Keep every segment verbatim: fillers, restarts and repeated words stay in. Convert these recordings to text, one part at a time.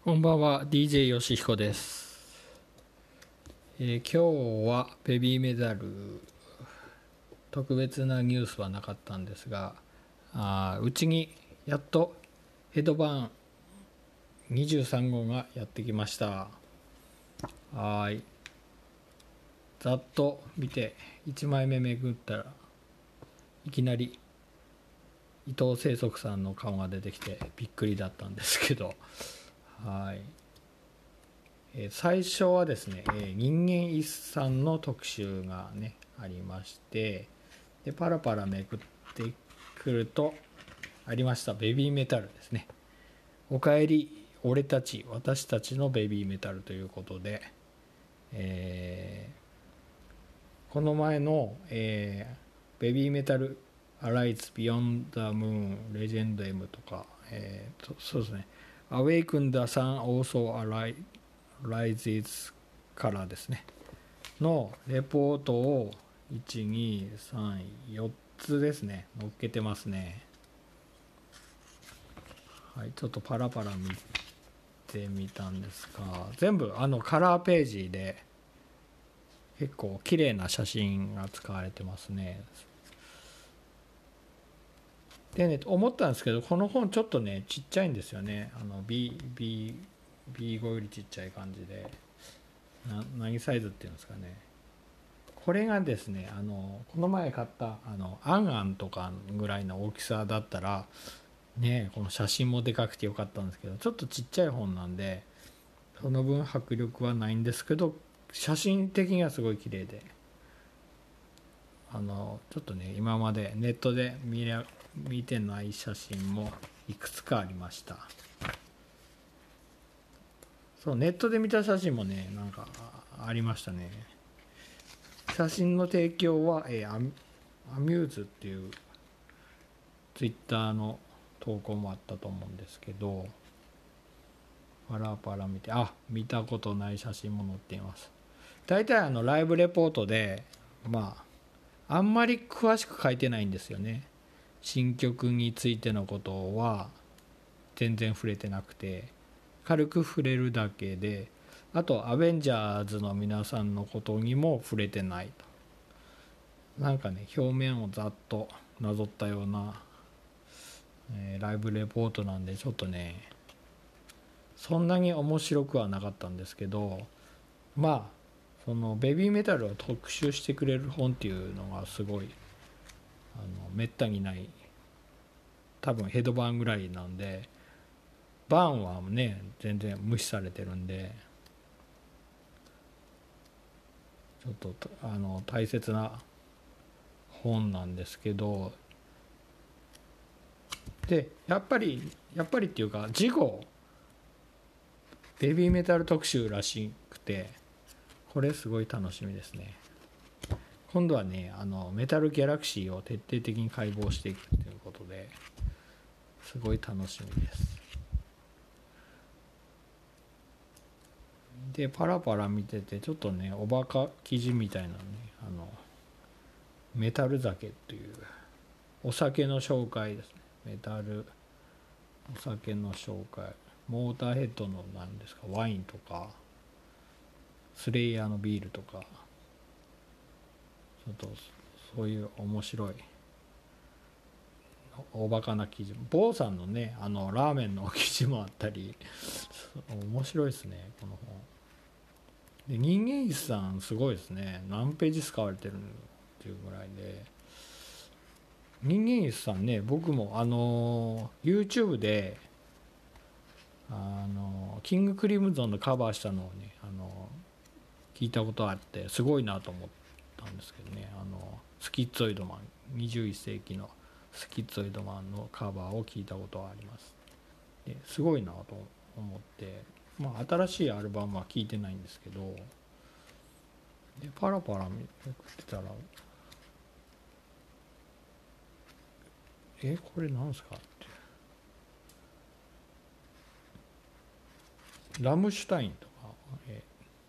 こんばんは、ディージェー よしひこです、えー今日はベビーメダル特別なニュースはなかったんですが、あーうちにやっとヘッドバーンにじゅうさん号がやってきました。はーい、ざっと見ていちまいめめくったらいきなり伊藤清則さんの顔が出てきてびっくりだったんですけど、はい、えー最初はですね、えー人間遺産の特集がねありまして、でパラパラめくってくるとありましたベビーメタルですね。おかえり俺たち私たちのベビーメタルということで、えーこの前の、えーベビーメタルアライズビヨンダムーンレジェンド M とか、えーとそうですね、Awaken the Sun also arises からですねのレポートをいち、に、さん、よっつですね載っけてますね。はい、ちょっとパラパラ見てみたんですが、全部あのカラーページで結構綺麗な写真が使われてますね。でね、思ったんですけど、この本ちょっとねちっちゃいんですよね。あの B、B、ビーご よりちっちゃい感じで、な何サイズっていうんですかね。これがですね、あのこの前買ったあのアンアンとかぐらいの大きさだったらね、この写真もでかくてよかったんですけど、ちょっとちっちゃい本なんでその分迫力はないんですけど、写真的にはすごい綺麗で、あのちょっとね今までネットで見れ見てない写真もいくつかありました。そう、ネットで見た写真もねなんかありましたね。写真の提供は、えーアアミューズっていうツイッターの投稿もあったと思うんですけど、パラパラ見て、あ、見たことない写真も載っています。大体あのライブレポートで、まああんまり詳しく書いてないんですよね。新曲についてのことは全然触れてなくて、軽く触れるだけで、あとアベンジャーズの皆さんのことにも触れてないと。なんかね、表面をざっとなぞったような、えーライブレポートなんで、ちょっとねそんなに面白くはなかったんですけど、まあそのベビーメタルを特集してくれる本っていうのがすごいあのめったにない、多分ヘッドバーンぐらいなんで、バーンはね全然無視されてるんで、ちょっとあの大切な本なんですけど、でやっぱりやっぱりっていうか次号ベビーメタル特集らしくて、これすごい楽しみですね。今度はねあのメタルギャラクシーを徹底的に解剖していくということですごい楽しみです。でパラパラ見ててちょっとねおバカ記事みたいなね、あのメタル酒っていうお酒の紹介ですね。メタルお酒の紹介、モーターヘッドの何ですかワインとかスレイヤーのビールとか、ちょっとそういう面白いおバカな記事、坊さんのねあのラーメンの記事もあったり、面白いですねこの本で。人間医師さんすごいですね、何ページ使われてるっていうぐらいで。人間医師さんね、僕もあの YouTube であのキングクリムゾンのカバーしたのをねあの聞いたことあって、すごいなと思ったんですけどね、あのスキッツォイドマン、にじゅういっ世紀のスキッツォイドマンのカバーを聞いたことはあります。ですごいなと思って、まあ新しいアルバムは聞いてないんですけど、でパラパラめくってたら、えこれなんすかって、ラムシュタインとか、え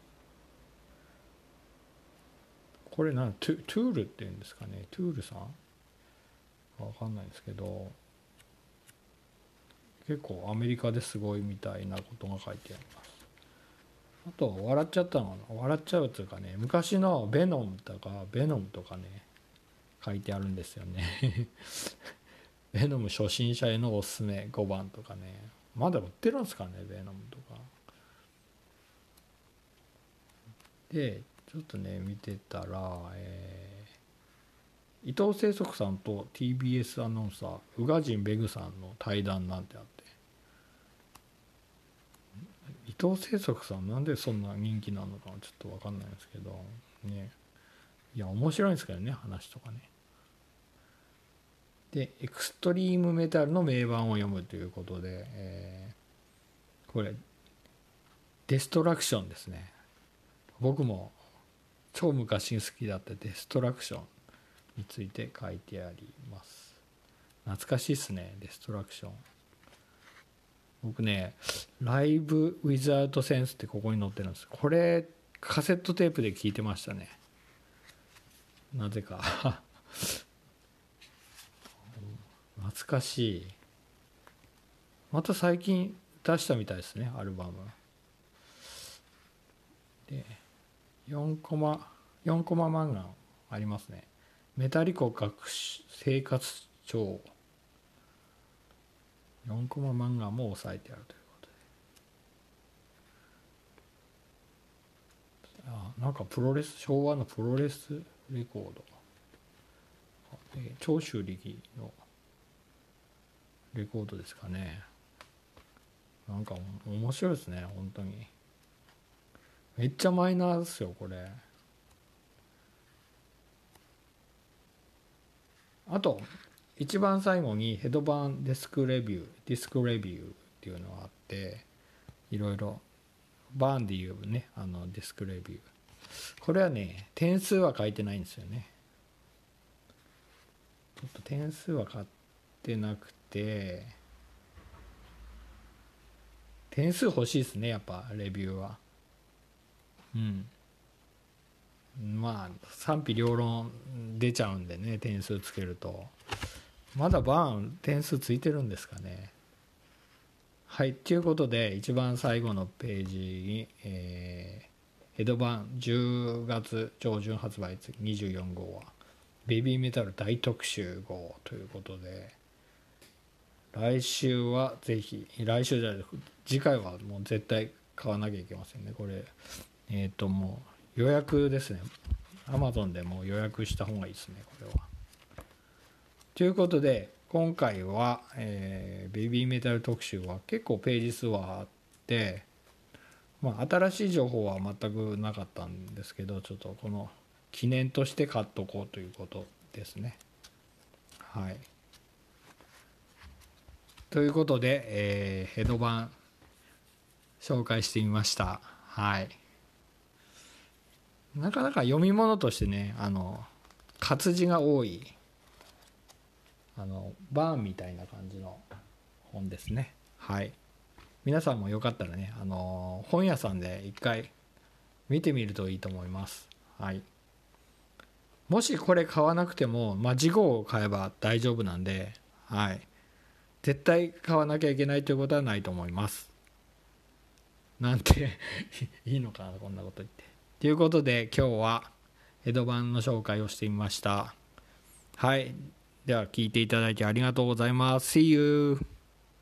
これなんトゥトゥールっていうんですかね、トゥールさんわかんないですけど、 結構アメリカですごいみたいなことが書いてあります。あと笑っちゃったのかな、笑っちゃうというかね、昔のベノムとかベノムとかね書いてあるんですよねベノム初心者へのおすすめごばんとかね、まだ売ってるんですかね、ベノムとかで。ちょっとね見てたら、えー、伊藤清則さんと ティービーエス アナウンサー宇賀神ベグさんの対談なんてあって、伊藤清則さんなんでそんな人気なのかちょっと分かんないんですけどね。いや面白いんですけどね、話とかね。でエクストリームメタルの名盤を読むということで、えー、これデストラクションですね。僕も超昔好きだったデストラクションについて書いてあります。懐かしいですね、デストラクション。僕ねライブウィズアウトセンスってここに載ってるんです。これカセットテープで聞いてましたね、なぜか懐かしい。また最近出したみたいですね、アルバムで。よんコマよんコマ漫画ありますね。メタリコ学生活帳、よんコマ漫画も押さえてあるということで、あなんかプロレス、昭和のプロレスレコード、長州力のレコードですかね。なんか面白いですね、本当に。めっちゃマイナーですよこれ。あと一番最後にヘドバンディスクレビューディスクレビューっていうのがあって、いろいろバーンでいうね、あのディスクレビュー、これはね点数は書いてないんですよね。ちょっと点数は買ってなくて、点数欲しいですねやっぱレビューは。うんまあ賛否両論出ちゃうんでね、点数つけると。まだバーン点数ついてるんですかね。はいということで一番最後のページに、えー、ヘドバンじゅうがつ上旬発売にじゅうよん号はベビーメタル大特集号ということで、来週はぜひ、来週じゃない次回はもう絶対買わなきゃいけませんねこれ。えっ、ー、ともう予約ですね、アマゾンでもう予約した方がいいですねこれは。ということで今回は、えー、ベビーメタル特集は結構ページ数はあって、まあ、新しい情報は全くなかったんですけど、ちょっとこの記念として買っとこうということですね。はいということで、えー、ヘドバン紹介してみました。はいなかなか読み物としてね、あの活字が多い、あのバーンみたいな感じの本ですね。はい皆さんもよかったらね、あの本屋さんで一回見てみるといいと思います。はいもしこれ買わなくても、まあ、次号を買えば大丈夫なんで、はい絶対買わなきゃいけないということはないと思います。なんていいのかなこんなこと言って。ということで今日はヘドバンの紹介をしてみました。はいでは聞いていただいてありがとうございます。See you!